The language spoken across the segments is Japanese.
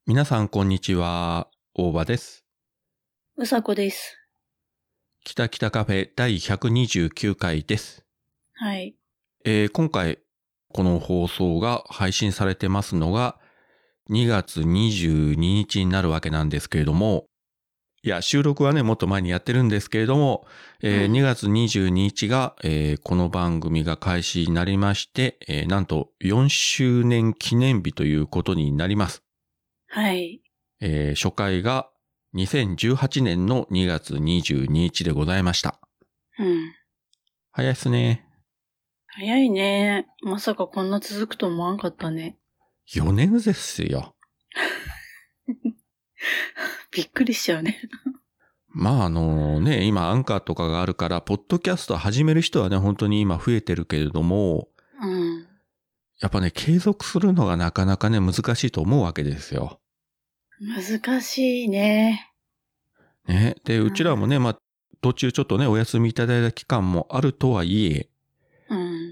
皆さんこんにちは、大場です。 うさこです。 きたきたカフェ第129回です。 はい。 今回この放送が配信されてますのが2月22日になるわけなんですけれども、いや収録はねもっと前にやってるんですけれども、2月22日が、この番組が開始になりまして、なんと4周年記念日ということになります。 はい。 初回が2018年の2月22日でございました。 うん。 早いっすね。 早いね。まさかこんな続くと思わんかったね。 4年ですよ。 びっくりしちゃうね。 まあ今アンカーとかがあるから、ポッドキャスト始める人はね、本当に今増えてるけれども、 うん。 やっぱね、継続するのがなかなかね、難しいと思うわけですよ。 難しいね。 ね。で、うちらもね、途中ちょっとね、お休みいただいた期間もあるとはいえ、 うん。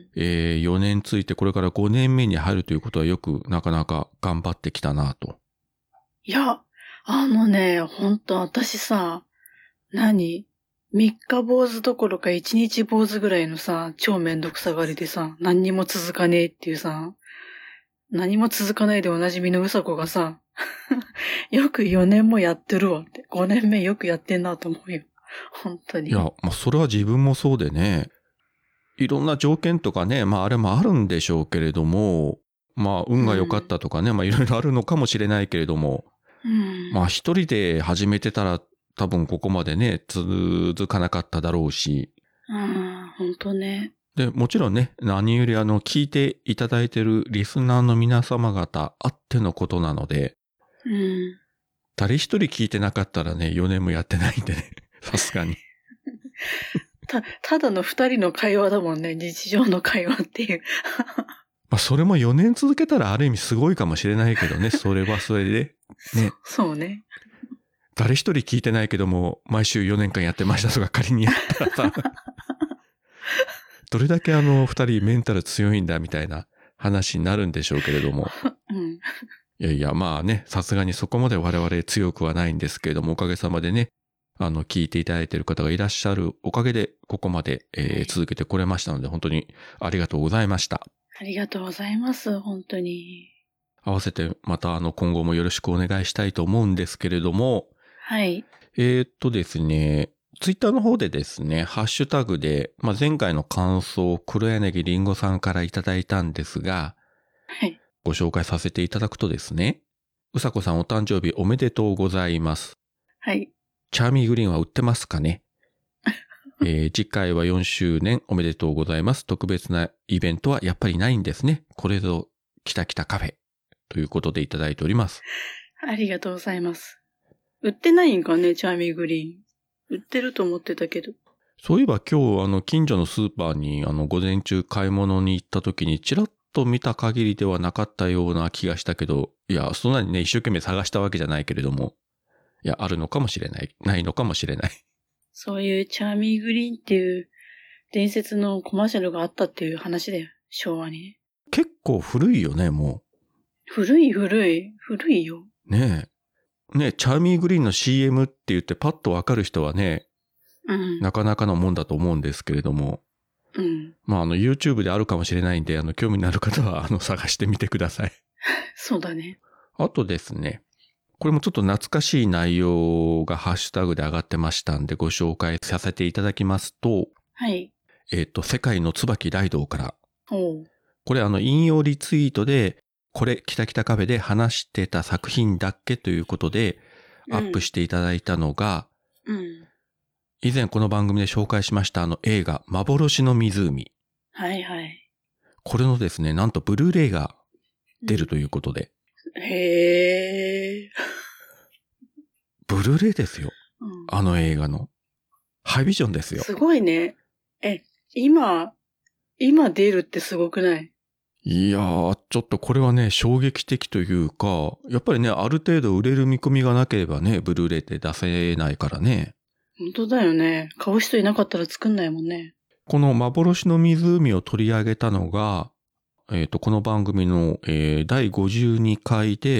4年ついてこれから5年目に入るということはよくなかなか頑張ってきたなと。 いや、ほんと私さ、3日坊主どころか1日坊主ぐらいのさ、超めんどくさがりでさ、何にも続かねえっていうさ、何も続かないでおなじみのうさこがさ、よく4年もやってるわって。5年目よくやってんなと思うよ。本当に。 いや、それは自分もそうでね、いろんな条件とかね、あれもあるんでしょうけれども、運が良かったとかね、いろいろあるのかもしれないけれども、一人で始めてたら多分ここまでね、続かなかっただろうし。 本当ね。 で、もちろんね、何より聞いていただいてるリスナーの皆様方あってのことなので、誰一人聞いてなかったらね、4年もやってないんでね、さすがに。 ただの2人の会話だもんね、日常の会話っていう。 それも4年続けたらある意味すごいかもしれないけどね、それはそれで。ね。 そうね。 誰一人聞いてないけども、毎週4年間やってましたとか仮にやったらさ、どれだけ2人メンタル強いんだみたいな話になるんでしょうけれども。いや、さすがにそこまで我々強くはないんですけれども、おかげさまでね、聞いていただいている方がいらっしゃるおかげで、ここまで、続けてこれましたので、本当にありがとうございました。 ありがとうございます、本当に。 合わせてまた今後もよろしくお願いしたいと思うんですけれども、 はい。 ですね、ツイッターの方でですね、ハッシュタグで、前回の感想を黒柳りんごさんからいただいたんですが、 はい。 ご紹介させていただくとですね、うさこさんお誕生日おめでとうございます。 はい。 チャーミーグリーンは売ってますかね次回は4周年おめでとうございます。特別なイベントはやっぱりないんですね。これぞきたきたカフェということでいただいております。 ありがとうございます。売ってないんかね、チャーミーグリーン。売ってると思ってたけど。 そういえば今日近所のスーパーに午前中買い物に行った時にちらっと見た限りではなかったような気がしたけど、いや、そんなにね、一生懸命探したわけじゃないけれども、いや、あるのかもしれない、ないのかもしれない。 そういうチャーミーグリーンっていう伝説のコマーシャルがあったっていう話だよ、昭和に。 結構古いよね、もう。古いよ。 ねえ。ねえ、チャーミーグリーンの CM って言ってパッとわかる人はね、なかなかのもんだと思うんですけれども、YouTube であるかもしれないんで、興味のある方は、探してみてください。 そうだね。あとですね、これもちょっと懐かしい内容がハッシュタグで上がってましたんで、ご紹介させていただきますと、 はい。 世界の椿ライドウから。 これ引用リツイートで、これ、きたきたカフェで話してた作品だっけということで、アップしていただいたのが、以前この番組で紹介しました映画、幻の湖。 はいはい。 これのですね、なんとブルーレイが出るということで。 へー。 ブルーレイですよ。映画の。ハイビジョンですよ。 すごいね。今出るってすごくない？ いやー、ちょっとこれはね、衝撃的というか、やっぱりね、ある程度売れる見込みがなければね、ブルーレイって出せないからね。 本当だよね。買う人いなかったら作んないもんね。 この幻の湖を取り上げたのが、この番組の、第52回で、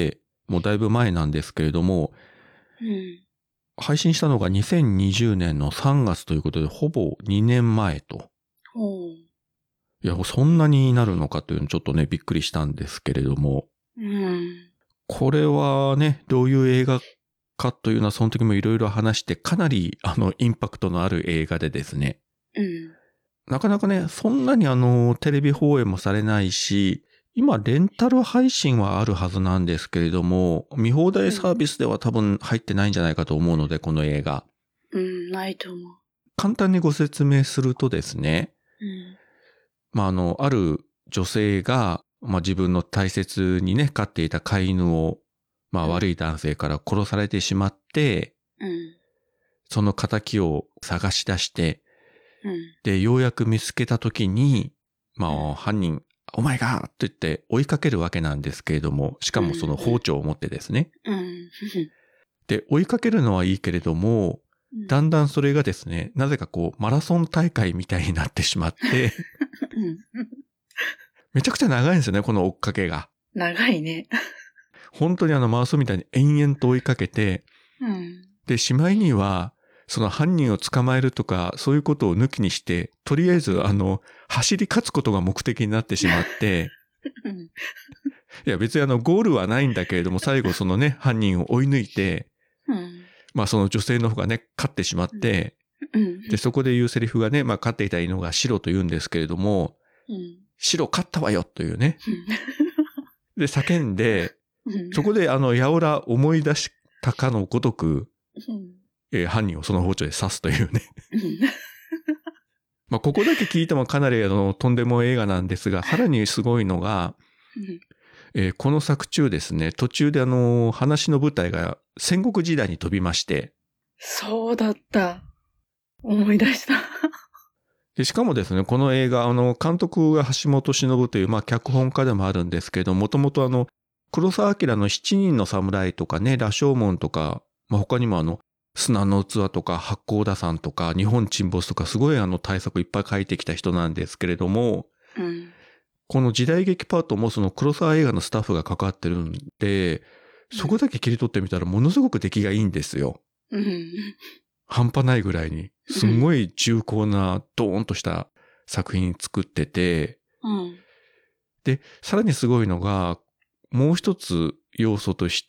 もうだいぶ前なんですけれども、 うん。 配信したのが2020年の3月ということで、ほぼ2年前と。 ほう。 いや、そんなになるのかというのちょっとね、びっくりしたんですけれども、 うん。 これはね、どういう映画かというのはその時もいろいろ話して、かなりインパクトのある映画でですね、 うん。 なかなかね、そんなにテレビ放映もされないし、今、レンタル配信はあるはずなんですけれども、見放題サービスでは多分入ってないんじゃないかと思うので、この映画。 うん、ないと思う。 簡単にご説明するとですね、 うん。 ある女性が、自分の大切にね、飼っていた飼い犬を、悪い男性から殺されてしまって、 うん。 その仇を探し出して、 うん。 で、ようやく見つけたときに、犯人、お前がと言って追いかけるわけなんですけれども、しかもその包丁を持ってですね。 うん。 で、追いかけるのはいいけれども、だんだんそれがですね、なぜかマラソン大会みたいになってしまって、めちゃくちゃ長いんですよね、この追っかけが。 長いね。 本当にマラソンみたいに延々と追いかけて、 うん。 で、しまいには、その犯人を捕まえるとか、そういうことを抜きにして、とりあえず走り勝つことが目的になってしまって、いや別にゴールはないんだけれども、最後そのね、犯人を追い抜いて、その女性の方がね、勝ってしまって、で、そこで言うセリフがね、勝っていた犬が白と言うんですけれども、白勝ったわよというね。で、叫んで、そこでやおら思い出したかのごとく、犯人をその包丁で刺すというね。ここだけ聞いてもかなりとんでも映画なんですが、さらにすごいのが、この作中ですね、途中で話の舞台が戦国時代に飛びまして。 そうだった。思い出した。 でしかもですね、この映画、監督が橋本忍という、脚本家でもあるんですけど、もともと黒澤明の七人の侍とかね、羅生門とか、他にも砂の器とか八甲田山とか日本沈没とかすごい大作いっぱい書いてきた人なんですけれども、この時代劇パートもその黒沢映画のスタッフが関わってるんで、そこだけ切り取ってみたらものすごく出来がいいんですよ。半端ないぐらいに。すんごい重厚なドーンとした作品作ってて、で、さらにすごいのが、もう一つ要素として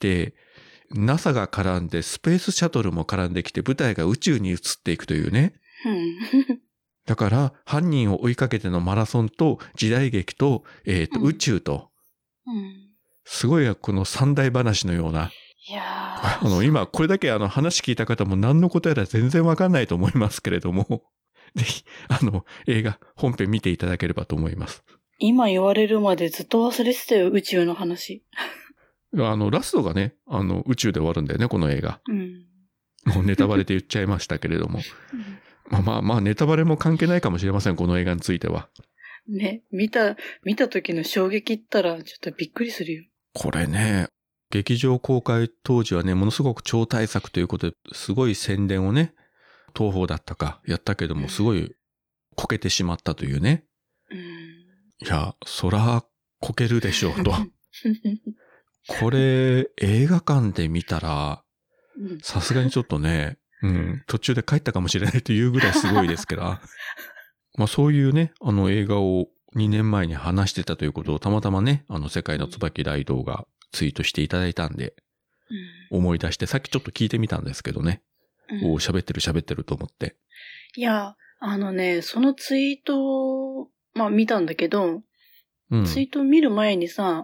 、NASA が絡んでスペースシャトルも絡んできて舞台が宇宙に移っていくというね。だから犯人を追いかけてのマラソンと時代劇と、宇宙と、すごいこの三大話のような。 いや今これだけ話聞いた方も何のことやら全然わかんないと思いますけれども、ぜひ映画本編見ていただければと思います。 今言われるまでずっと忘れてたよ、宇宙の話。 ラストがね、宇宙で終わるんだよね、この映画。もうネタバレで言っちゃいましたけれども。ネタバレも関係ないかもしれません、この映画については。 ね、見た時の衝撃ったらちょっとびっくりするよ。 これね、劇場公開当時はね、ものすごく超大作ということで、すごい宣伝をね、東宝だったかやったけども、すごいこけてしまったというね。いや、そらこけるでしょうと。これ、映画館で見たら、さすがにちょっとね、途中で帰ったかもしれないというぐらいすごいですけど、そういうね、映画を2年前に話してたということをたまたまね、世界の椿ライドがツイートしていただいたんで、思い出して、さっきちょっと聞いてみたんですけどね。喋ってると思って。 いや、そのツイートを、見たんだけど、ツイート見る前にさ、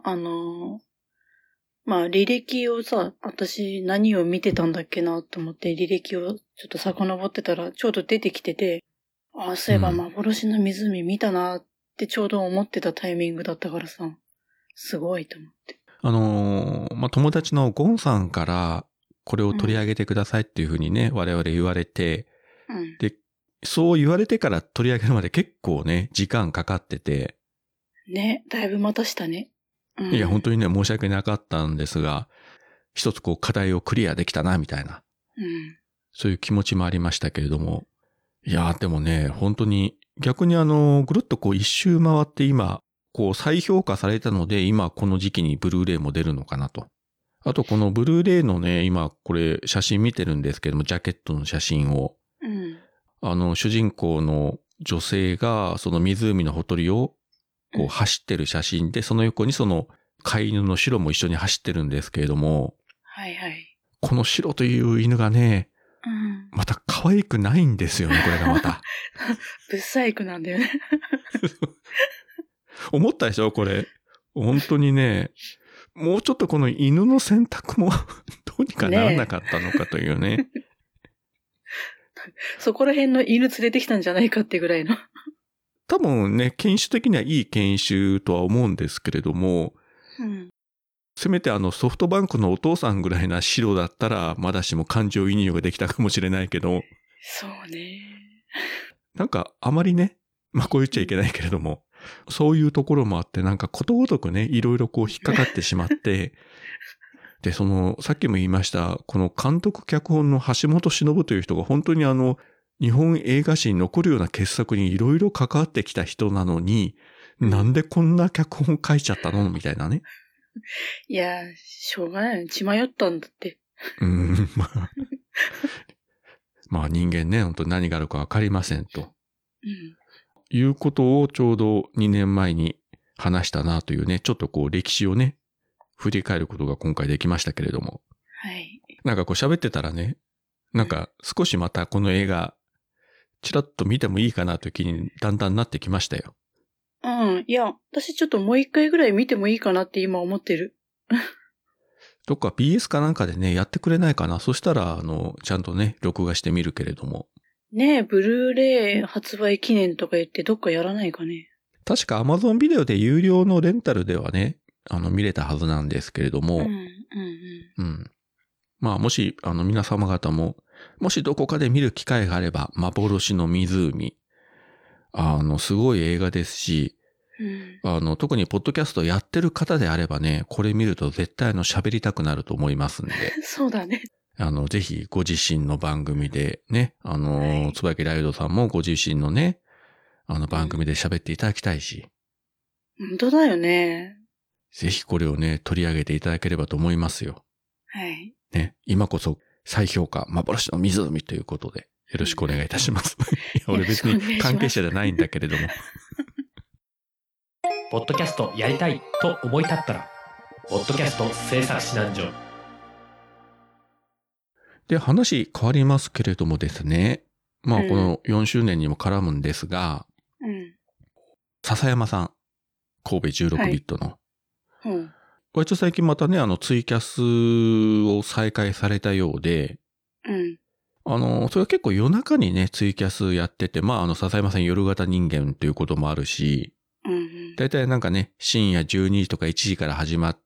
履歴をさ、私何を見てたんだっけなと思って履歴をちょっと遡ってたらちょうど出てきてて、そういえば幻の湖見たなってちょうど思ってたタイミングだったからさ、すごいと思って。 友達のゴンさんからこれを取り上げてくださいっていうふうにね、我々言われて、で、そう言われてから取り上げるまで結構ね、時間かかってて。 ね、だいぶ待たしたね。 いや、本当にね、申し訳なかったんですが、一つ課題をクリアできたな、みたいな。そういう気持ちもありましたけれども。いや、でもね、本当に、逆にぐるっと一周回って今、再評価されたので、今この時期にブルーレイも出るのかなと。 あとこのブルーレイのね、今これ写真見てるんですけども、ジャケットの写真を。 うん。 主人公の女性がその湖のほとりをこう走ってる写真で、その横にその飼い犬のシロも一緒に走ってるんですけれども、 はいはい。 このシロという犬がね、 うん。 また可愛くないんですよね、これがまた。 ブサイクなんだよね。 思ったでしょこれ。本当にね、もうちょっとこの犬の選択もどうにかならなかったのかというね。 そこら辺の犬連れてきたんじゃないかってぐらいの。 多分ね、犬種的にはいい犬種とは思うんですけれども、 うん。 せめてソフトバンクのお父さんぐらいな白だったら、まだしも感情移入ができたかもしれないけど、 そうね。 なんかあまりね、まあこう言っちゃいけないけれども、そういうところもあって、なんかことごとくね、いろいろこう引っかかってしまって、で、さっきも言いました、この監督脚本の橋本忍という人が本当に日本映画史に残るような傑作にいろいろ関わってきた人なのに、なんでこんな脚本書いちゃったのみたいなね。 いや、しょうがない。血迷ったんだって。 まあ人間ね、本当に何があるかわかりませんと。 うん。 いうことをちょうど2年前に話したなというね、ちょっとこう歴史をね、振り返ることが今回できましたけれども。 はい。 なんかこう喋ってたらね、なんか少しまたこの映画、ちらっと見てもいいかなという気にだんだんなってきましたよ。 うん。いや、私ちょっともう一回ぐらい見てもいいかなって今思ってる。 どっか BS かなんかでね、やってくれないかな。そしたら、ちゃんとね、録画してみるけれども。 ねえ、ブルーレイ発売記念とか言ってどっかやらないかね。 確か Amazon ビデオで有料のレンタルではね、見れたはずなんですけれども。 うん。 まあ、もし、皆様方も、もしどこかで見る機会があれば、幻の湖。すごい映画ですし、特にポッドキャストやってる方であればね、これ見ると絶対喋りたくなると思いますんで。 そうだね。 ぜひご自身の番組でね、椿ライドさんもご自身のね、番組で喋っていただきたいし。 本当だよね。 ぜひこれをね、取り上げていただければと思いますよ。 はい。 ね、今こそ再評価、幻の湖ということで、よろしくお願いいたします。いや、俺別に関係者じゃないんだけれども。 ポッドキャストやりたいと思い立ったら、ポッドキャスト制作指南所。 で、話変わりますけれどもですね。まあ、この4周年にも絡むんですが、笹山さん、神戸16ビットの。割と最近またね、ツイキャスを再開されたようで、それは結構夜中にね、ツイキャスやってて、まあ、笹山さん夜型人間ということもあるし、だいたいなんかね、深夜12時とか1時から始まって、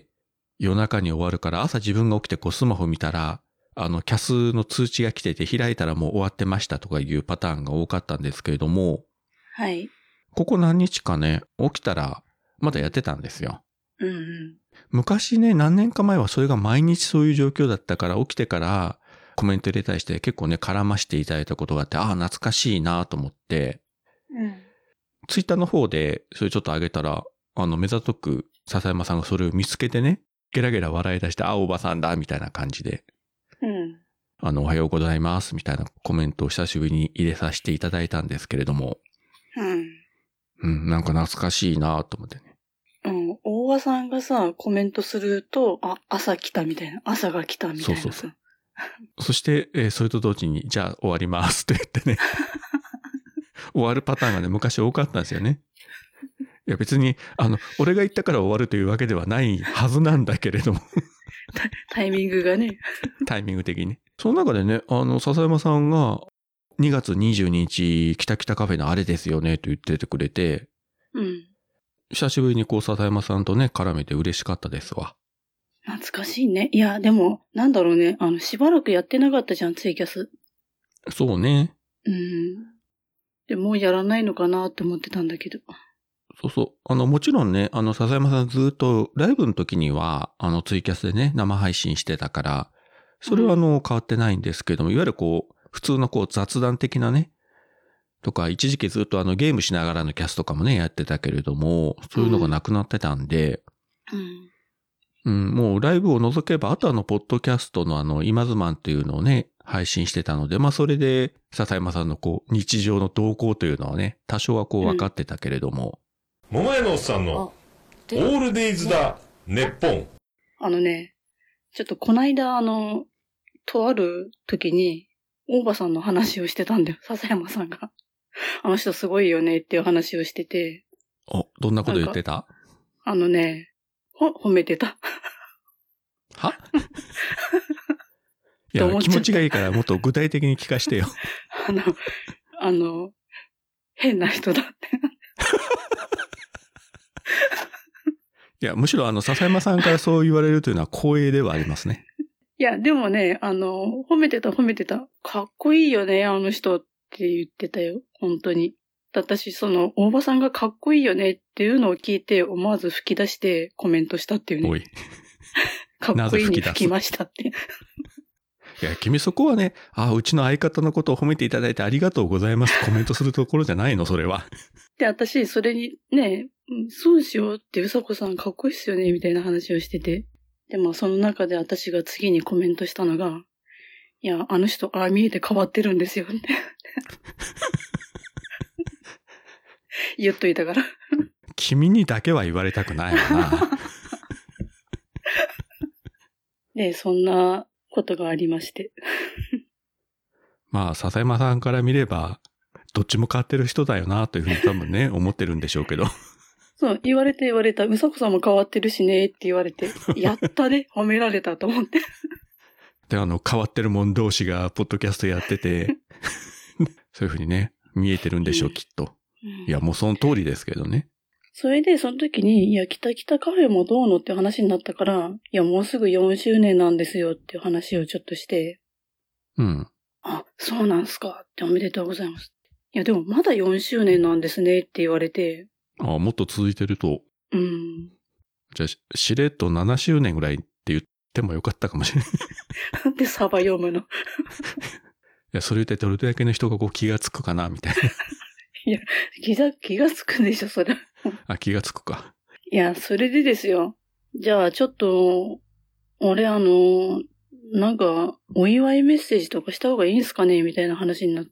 夜中に終わるから朝自分が起きてこうスマホ見たら、キャスの通知が来てて開いたらもう終わってましたとかいうパターンが多かったんですけれども、 はい。 ここ何日かね、起きたらまだやってたんですよ。昔ね、何年か前はそれが毎日そういう状況だったから起きてからコメント入れたりして結構ね、絡ましていただいたことがあって、ああ、懐かしいなと思って、ツイッターの方でそれちょっと上げたら、目ざとく笹山さんがそれを見つけてね、ゲラゲラ笑い出して、あ、おばさんだ、みたいな感じで。おはようございます、みたいなコメントを久しぶりに入れさせていただいたんですけれども。なんか懐かしいなと思ってね。 大場さんがさ、コメントすると、あ、朝来たみたいな。朝が来たみたいな。 そう。そして、それと同時に、じゃあ終わりますって言ってね。終わるパターンがね、昔多かったんですよね。いや別に、俺が言ったから終わるというわけではないはずなんだけれども。 タイミングがね。 タイミング的にね。その中でね、笹山さんが2月22日、キタキタカフェのあれですよねと言っててくれて、久しぶりにこう笹山さんとね、絡めて嬉しかったですわ。 懐かしいね。いや、でも、なんだろうね。しばらくやってなかったじゃん、ツイキャス。 そうね。 でもうやらないのかなって思ってたんだけど。 そう。もちろんね、笹山さんずっとライブの時には、ツイキャスでね、生配信してたから、それは変わってないんですけども、いわゆるこう、普通のこう雑談的なね、とか、一時期ずっとゲームしながらのキャスとかもね、やってたけれども、そういうのがなくなってたんで、 うん、もうライブを除けば、あとポッドキャストの今ズマンっていうのをね、配信してたので、まあそれで、笹山さんの日常の動向というのはね、多少は分かってたけれども。 桃屋のおっさんの、オールデイズだ、ネッポン。 ちょっとこないだとある時に、大場さんの話をしてたんだよ、笹山さんが。あの人すごいよねっていう話をしてて。 どんなこと言ってた？ 褒めてた。 はいや、気持ちがいいからもっと具体的に聞かしてよ。 変な人だって。 いや、むしろ笹山さんからそう言われるというのは光栄ではありますね。 いや、でもね、褒めてた。かっこいいよね、あの人って言ってたよ。本当に。私、大場さんがかっこいいよねっていうのを聞いて、思わず吹き出してコメントしたっていうね。 おい。 かっこいいに吹きましたって。 いや、君そこはね、うちの相方のことを褒めていただいてありがとうございますコメントするところじゃないの、それは。 で、私、それにね、そうしようって、うさこさんかっこいいっすよね、みたいな話をしてて。で、その中で私が次にコメントしたのが、いや、あの人、見えて変わってるんですよ、って。言っといたから。 君にだけは言われたくないわな。 で、そんなことがありまして。 まあ、笹山さんから見れば、どっちも変わってる人だよな、というふうに多分ね、思ってるんでしょうけど。 そう、言われた。うさこさんも変わってるしね、って言われて。やったね、褒められたと思って。 で、変わってる者同士が、ポッドキャストやってて、そういうふうにね、見えてるんでしょう、きっと。いや、もうその通りですけどね。 それで、その時に、いや、北カフェもどうのって話になったから、いや、もうすぐ4周年なんですよっていう話をちょっとして。 うん。 そうなんすかっておめでとうございます。いや、でもまだ4周年なんですねって言われて。 もっと続いてると。 うん。 じゃあ、しれっと7周年ぐらいって言ってもよかったかもしれない。 なんでサバ読むの？いや、それ言ってどれだけの人が気がつくかな、みたいな。 いや、気がつくでしょ、それ。 気がつくか。 いや、それでですよ。じゃあ、ちょっと、俺なんか、お祝いメッセージとかした方がいいんすかねみたいな話になって、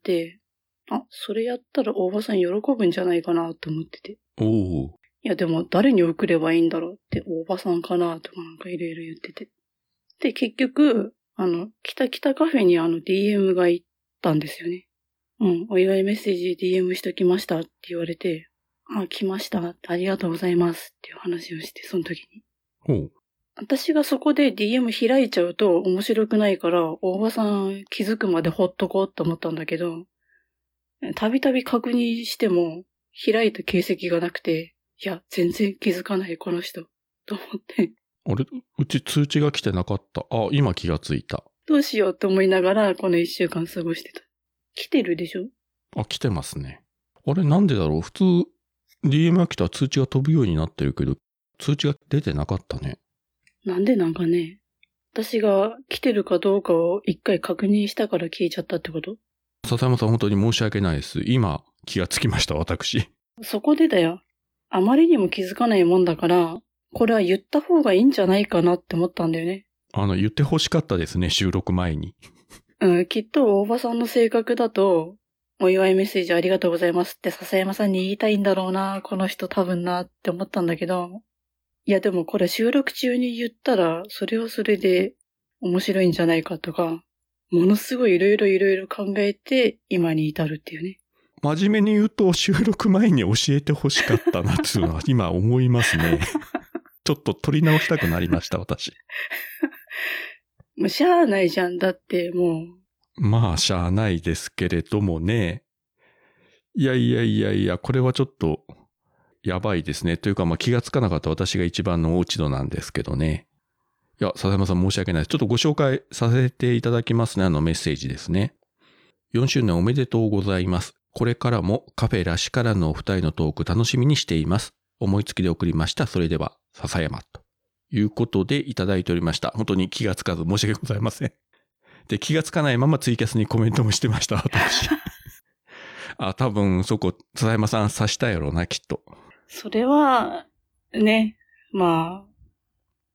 それやったら大場さん喜ぶんじゃないかなと思ってて。 おお。 いや、でも誰に送ればいいんだろうって、大場さんかなとかなんかいろいろ言ってて。で、結局、北カフェにDM が行ったんですよね。お祝いメッセージ DM しときましたって言われて、来ました。ありがとうございますっていう話をして、その時に。 ほう。 私がそこで DM 開いちゃうと面白くないから、大場さん気づくまでほっとこうと思ったんだけど、たびたび確認しても開いた形跡がなくて、いや、全然気づかないこの人、と思って。 うち通知が来てなかった。今気がついた。 どうしようと思いながら、この1週間過ごしてた。来てるでしょ？ 来てますね。なんでだろう？普通、DM が来たら通知が飛ぶようになってるけど、通知が出てなかったね。 なんでなんかね、私が来てるかどうかを一回確認したから消えちゃったってこと？ 笹山さん本当に申し訳ないです。今気がつきました、私。 そこでだよ。あまりにも気づかないもんだから、これは言った方がいいんじゃないかなって思ったんだよね。 言って欲しかったですね、収録前に。 きっと大場さんの性格だと、お祝いメッセージありがとうございますって笹山さんに言いたいんだろうな、この人多分なって思ったんだけど、いやでもこれ収録中に言ったら、それはそれで面白いんじゃないかとか、ものすごいいろいろ考えて今に至るっていうね。 真面目に言うと収録前に教えて欲しかったなっていうのは今思いますね。ちょっと取り直したくなりました、私。 もうしゃあないじゃん。だってもう。まあ、しゃあないですけれどもね。いや、これはちょっとやばいですね。というか、気がつかなかった私が一番の落ち度なんですけどね。いや、笹山さん申し訳ないです。ちょっとご紹介させていただきますね。メッセージですね。4周年おめでとうございます。これからもカフェらしからのお二人のトーク楽しみにしています。思いつきで送りました。それでは、笹山ということでいただいておりました。本当に気がつかず申し訳ございません。で、気がつかないままツイキャスにコメントもしてました、私。多分そこ、笹山さん察したやろうな、きっと。 それは、ね、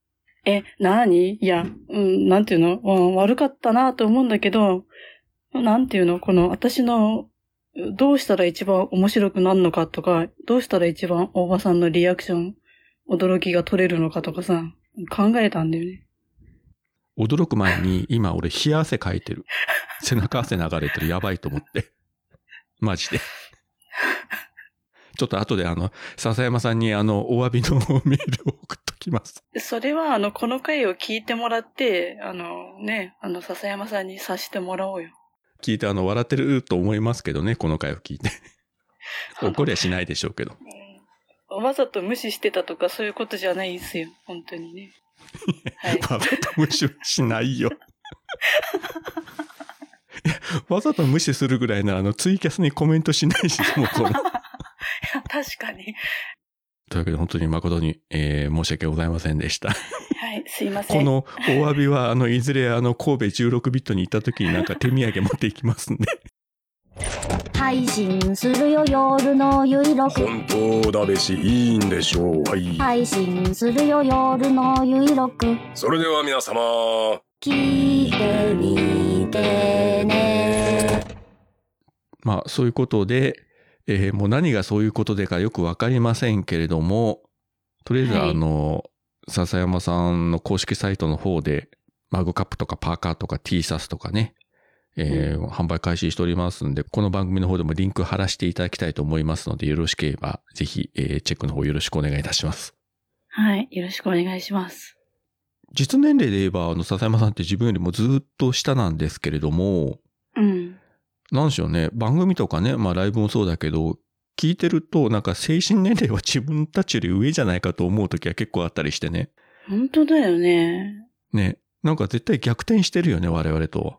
いや、なんていうの、悪かったなと思うんだけど、なんていうの、この私の、どうしたら一番面白くなるのかとか、どうしたら一番大場さんのリアクション、驚きが取れるのかとかさ、考えたんだよね。 驚く前に、今俺冷や汗かいてる。背中汗流れてる。やばいと思って。マジで。ちょっと後で笹山さんにお詫びのメールを送っときます。 それはこの回を聞いてもらって、笹山さんにさしてもらおうよ。 聞いて笑ってると思いますけどね、この回を聞いて。怒りはしないでしょうけど。 わざと無視してたとかそういうことじゃないですよ。本当にね。はい、 わざと無視しないよ。いや、わざと無視するぐらいならツイキャスにコメントしないし、もうその。 確かに。 というわけで本当に誠に、申し訳ございませんでした。 はい、すいません。 このお詫びはいずれ神戸16ビットに行った時になんか手土産持っていきますんで。 配信するよ夜のゆいろく。 本当だべしいいんでしょう。はい。 配信するよ夜のゆいろく。 それでは皆様聞いてみてね。 まあそういうことで、もう何がそういうことでかよくわかりませんけれども、とりあえず笹山さんの公式サイトの方でマグカップとかパーカーとか T シャツとかね、販売開始しておりますんで、この番組の方でもリンク貼らせていただきたいと思いますので、よろしければぜひ、チェックの方よろしくお願いいたします。 はい、よろしくお願いします。 実年齢で言えば、笹山さんって自分よりもずっと下なんですけれども、なんでしょうね、番組とかね、まあライブもそうだけど、聞いてるとなんか精神年齢は自分たちより上じゃないかと思う時は結構あったりしてね。 本当だよね。 ね。なんか絶対逆転してるよね、我々と。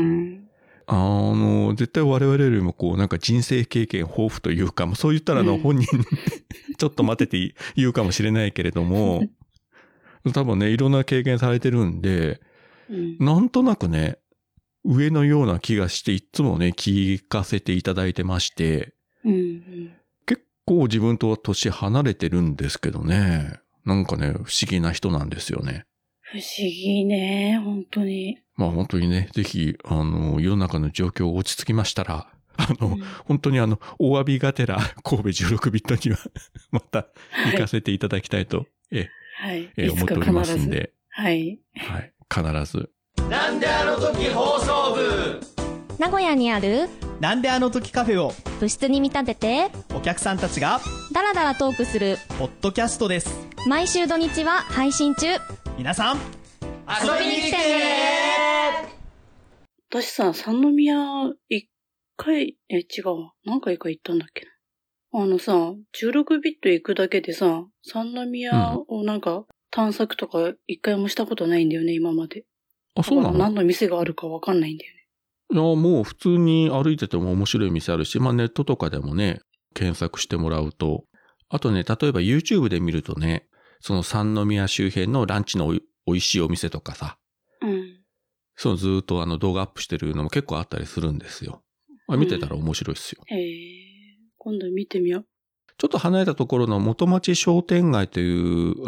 絶対我々よりもなんか人生経験豊富というか、そう言ったら本人、ちょっと待てて言うかもしれないけれども、多分ね、いろんな経験されてるんで、なんとなくね、上のような気がして、いつもね、聞かせていただいてまして、結構自分とは年離れてるんですけどね、なんかね、不思議な人なんですよね。 不思議ね、本当に。 まあ本当にね、ぜひ、世の中の状況が落ち着きましたら、本当にお詫びがてら、神戸16ビットには、また行かせていただきたいと、思っておりますんで。はい。はい。必ず。 なんであの時放送部。 名古屋にあるなんであの時カフェを部室に見立てて、 お客さんたちがダラダラトークするポッドキャストです。 毎週土日は配信中。 皆さん遊びに来てね。 私さ、三宮一回、違うわ。何回か行ったんだっけな。さ、16ビット行くだけでさ、三宮をなんか探索とか一回もしたことないんだよね、今まで。 あ、そうなの？ 何の店があるかわかんないんだよね。 いや、もう普通に歩いてても面白い店あるし、まあネットとかでもね、検索してもらうと。あとね、例えば YouTube で見るとね、その三宮周辺のランチの美味しいお店とかさ。そうずっと動画アップしてるのも結構あったりするんですよ。見てたら面白いですよ。 今度見てみよう。 ちょっと離れたところの元町商店街という、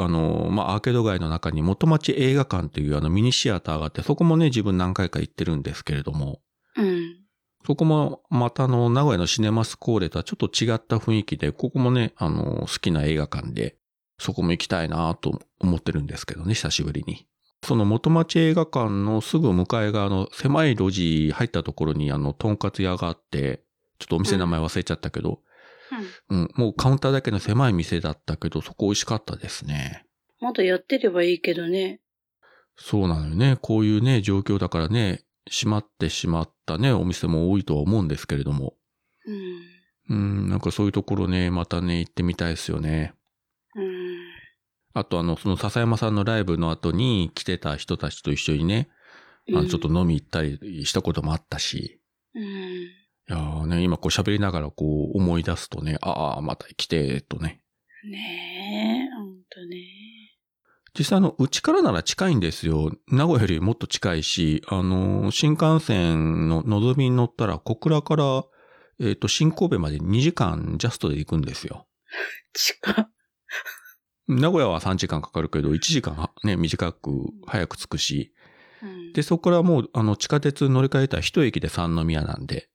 アーケード街の中に元町映画館というミニシアターがあって、そこもね、自分何回か行ってるんですけれども。そこもまた名古屋のシネマスコーレとはちょっと違った雰囲気で、ここもね、好きな映画館で、そこも行きたいなと思ってるんですけどね、久しぶりに。その元町映画館のすぐ向かい側の狭い路地入ったところにとんかつ屋があって、ちょっとお店の名前忘れちゃったけど、もうカウンターだけの狭い店だったけど、そこ美味しかったですね。 まだやってればいいけどね。 そうなのよね。こういうね、状況だからね、閉まってしまったね、お店も多いとは思うんですけれども。なんかそういうところね、またね、行ってみたいですよね。あとその笹山さんのライブの後に来てた人たちと一緒にね、ちょっと飲み行ったりしたこともあったし。いやーね、今喋りながら思い出すとね、また来て、とね。 ねえ、ほんとね。 実際うちからなら近いんですよ。名古屋よりもっと近いし、新幹線ののぞみに乗ったら小倉から、新神戸まで2時間ジャストで行くんですよ。 近っ。 名古屋は3時間かかるけど、1時間ね、短く早く着くし、で、そこからもう、地下鉄乗り換えたら一駅で三宮なんで。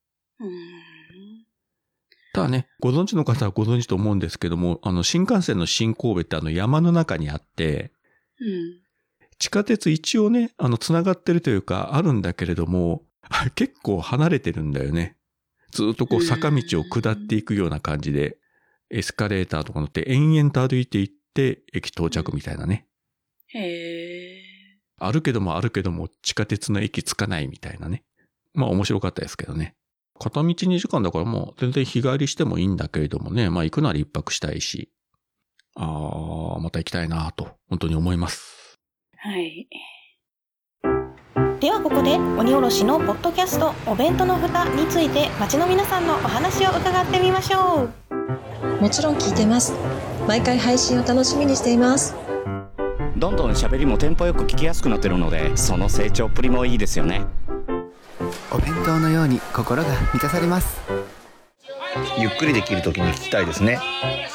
ただね、ご存知の方はご存知と思うんですけども、新幹線の新神戸って山の中にあって、地下鉄一応ね、繋がってるというか、あるんだけれども、結構離れてるんだよね。ずっとこう坂道を下っていくような感じで、エスカレーターとか乗って延々と歩いていって、駅到着みたいなね。あるけども地下鉄の駅着かないみたいなね。まあ面白かったですけどね。片道2時間だからもう全然日帰りしてもいいんだけれどもね。まあ行くなら一泊したいし。また行きたいなと、本当に思います。 はい。 ではここで鬼おろしのポッドキャストお弁当の蓋について街の皆さんのお話を伺ってみましょう。 もちろん聞いてます。毎回配信を楽しみにしています。 どんどん喋りもテンポよく聞きやすくなってるので、その成長っぷりもいいですよね。 お弁当のように心が満たされます。 ゆっくりできる時に聞きたいですね。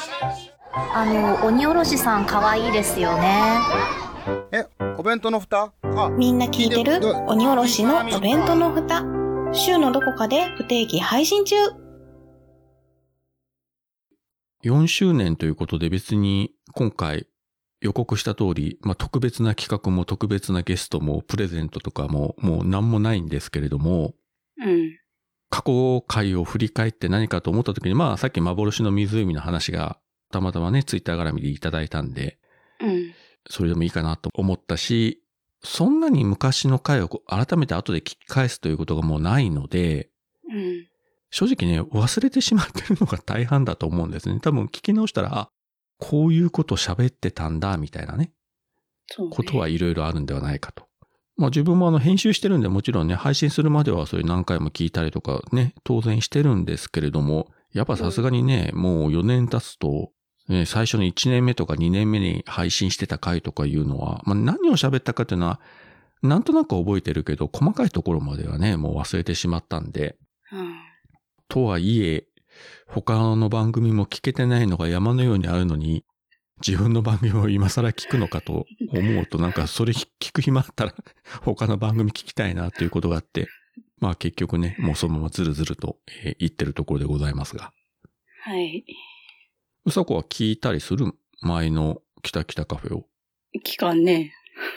鬼おろしさん可愛いですよね。 お弁当の蓋？ みんな聞いてる鬼おろしのお弁当の蓋。週のどこかで不定期配信中。 4周年ということで別に今回予告した通り、特別な企画も特別なゲストもプレゼントとかももう何もないんですけれども、過去回を振り返って何かと思った時に、さっき幻の湖の話がたまたまね、ツイッター絡みでいただいたんで、それでもいいかなと思ったし、そんなに昔の回を改めて後で聞き返すということがもうないので、正直ね、忘れてしまってるのが大半だと思うんですね。多分聞き直したら、こういうこと喋ってたんだ、みたいなね。ことはいろいろあるんではないかと。自分も編集してるんでもちろんね、配信するまではそれ何回も聞いたりとかね、当然してるんですけれども、やっぱさすがにね、もう4年経つと、最初の1年目とか2年目に配信してた回とかいうのは、何を喋ったかっていうのは、なんとなく覚えてるけど、細かいところまではね、もう忘れてしまったんで。とはいえ、他の番組も聞けてないのが山のようにあるのに、自分の番組を今更聞くのかと思うと、なんかそれ聞く暇あったら他の番組聞きたいなということがあって、結局ね、もうそのままずるずると言ってるところでございますが。 はい。 うさこは聞いたりする？前のキタキタカフェを。 聞かんね。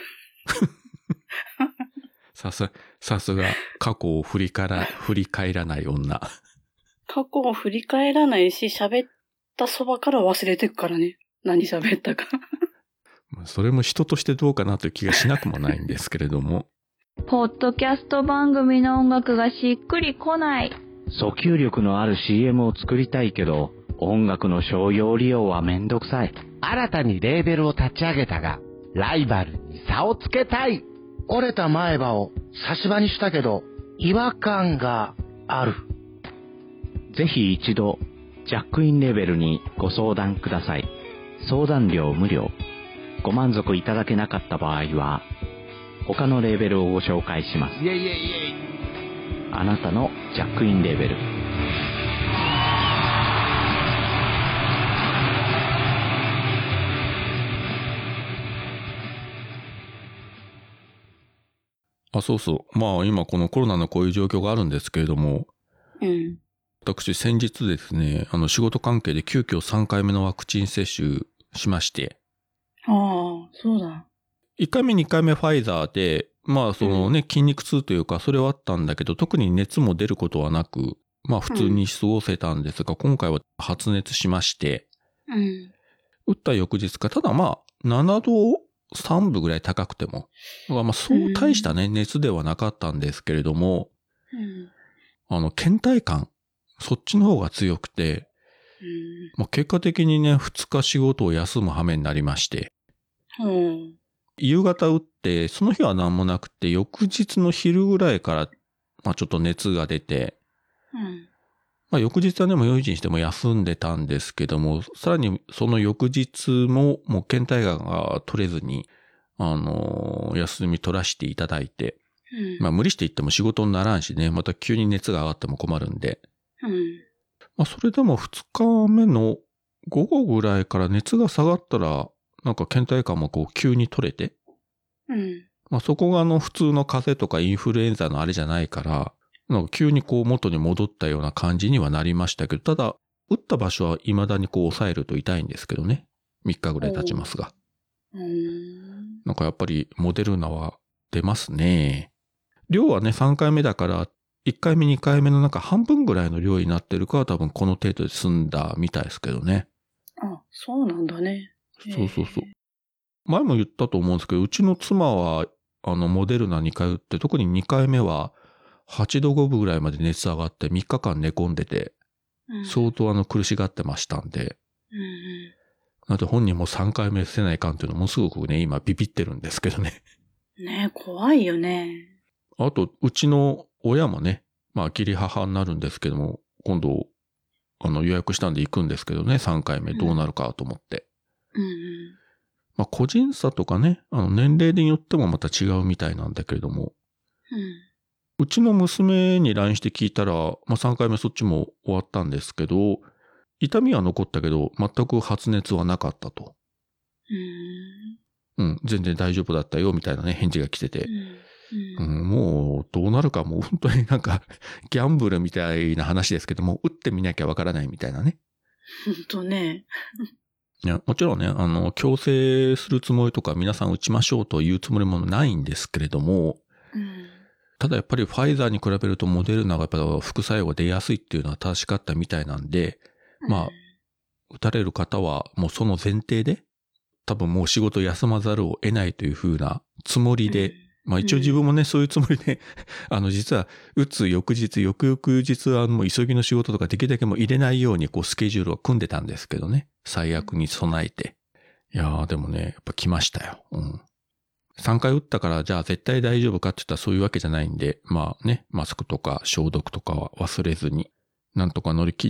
さすが過去を振り返らない女。 過去を振り返らないし、喋ったそばから忘れてくからね。何喋ったか。 それも人としてどうかなという気がしなくもないんですけれども。 ポッドキャスト番組の音楽がしっくりこない。 訴求力のある CM を作りたいけど、音楽の商用利用はめんどくさい。 新たにレーベルを立ち上げたが、ライバルに差をつけたい。折れた前歯を差し歯にしたけど、違和感がある。 ぜひ一度、ジャックインレーベルにご相談ください。相談料無料。ご満足いただけなかった場合は、他のレーベルをご紹介します。あなたのジャックインレーベル。 そうそう。今このコロナのこういう状況があるんですけれども、私先日ですね、仕事関係で急遽3回目のワクチン接種しまして。 そうだ。 1回目2回目ファイザーで、筋肉痛というかそれはあったんだけど、特に熱も出ることはなく、普通に過ごせたんですが、今回は発熱しまして、打った翌日か、ただ7度3分ぐらい高くても、そう大したね、熱ではなかったんですけれども、倦怠感、そっちの方が強くて、結果的にね、2日仕事を休む羽目になりまして、夕方打って、その日は何もなくて、翌日の昼ぐらいから、ちょっと熱が出て、翌日はね、もう4時にしても休んでたんですけども、さらにその翌日も、もう倦怠感が取れずに、休み取らせていただいて、無理して行っても仕事にならんしね、また急に熱が上がっても困るんで、それでも2日目の午後ぐらいから熱が下がったら、 なんか倦怠感もこう急に取れて、 うん。 まあそこが普通の風邪とかインフルエンザのあれじゃないから、なんか急にこう元に戻ったような感じにはなりましたけど、ただ、打った場所は未だにこう抑えると痛いんですけどね。3日ぐらい経ちますが。なんかやっぱりモデルナは出ますね。量はね、3回目だから、1回目2回目のなんか半分ぐらいの量になってるから多分この程度で済んだみたいですけどね。 あ、そうなんだね。 そうそうそう。前も言ったと思うんですけど、うちの妻は、モデルナ2回打って、特に2回目は8度5分ぐらいまで熱上がって3日間寝込んでて、相当苦しがってましたんで。なので本人も3回目打てないかんっていうのもすごくね、今ビビってるんですけどね。 ね、怖いよね。 あと、うちの親もね、まあ、義理母になるんですけども、今度、予約したんで行くんですけどね、3回目どうなるかと思って。まあ、個人差とかね、年齢によってもまた違うみたいなんだけれども、うちの娘に LINE して聞いたら、まあ、3回目そっちも終わったんですけど、痛みは残ったけど、全く発熱はなかったと。全然大丈夫だったよ、みたいなね、返事が来てて。もう、どうなるかもう本当になんか、ギャンブルみたいな話ですけども、打ってみなきゃわからないみたいなね。 ほんとね。 いや、もちろんね、強制するつもりとか、皆さん打ちましょうというつもりもないんですけれども、ただやっぱりファイザーに比べるとモデルナがやっぱ副作用が出やすいっていうのは正しかったみたいなんで、まあ、打たれる方はもうその前提で、多分もう仕事休まざるを得ないという風なつもりで、まあ一応自分もね、そういうつもりで、実は打つ翌日、翌々日はもう急ぎの仕事とかできるだけもう入れないようにこうスケジュールを組んでたんですけどね。最悪に備えて。いやーでもね、やっぱ来ましたよ。3回打ったからじゃあ絶対大丈夫かって言ったらそういうわけじゃないんで、まあね、マスクとか消毒とかは忘れずに、なんとか乗り切って、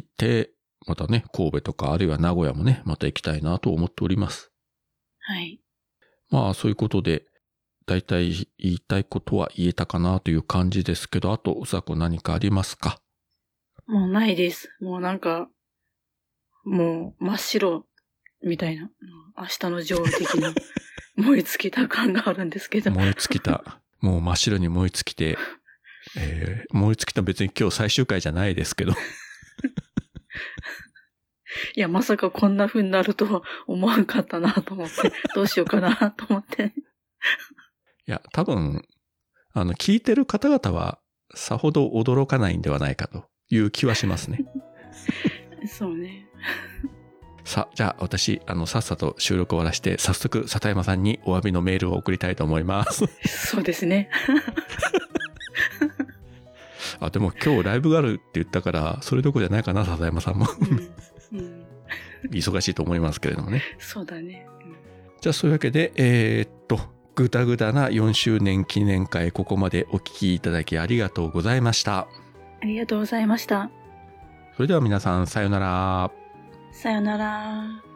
またね、神戸とかあるいは名古屋もね、また行きたいなと思っております。 はい。 まあそういうことで、だいたい言いたいことは言えたかなという感じですけど、あと、うさこ何かありますか？ もうないです。もうなんか、もう真っ白みたいな、明日の女王的な燃え尽きた感があるんですけど。 燃え尽きた。もう真っ白に燃え尽きて、燃え尽きた別に今日最終回じゃないですけど。 いや、まさかこんな風になるとは思わんかったなと思って、どうしようかなと思って。 いや、多分、聞いてる方々はさほど驚かないんではないかという気はしますね。 そうね。 さあ、じゃあ私、さっさと収録を終わらして、早速、里山さんにお詫びのメールを送りたいと思います。 そうですね。 あ、でも今日ライブがあるって言ったから、それどころじゃないかな、里山さんも。忙しいと思いますけれどもね。 そうだね。 じゃあそういうわけで、ぐだぐだな4周年記念会、ここまでお聞きいただきありがとうございました。 ありがとうございました。 それでは皆さん、さよなら。 さよなら。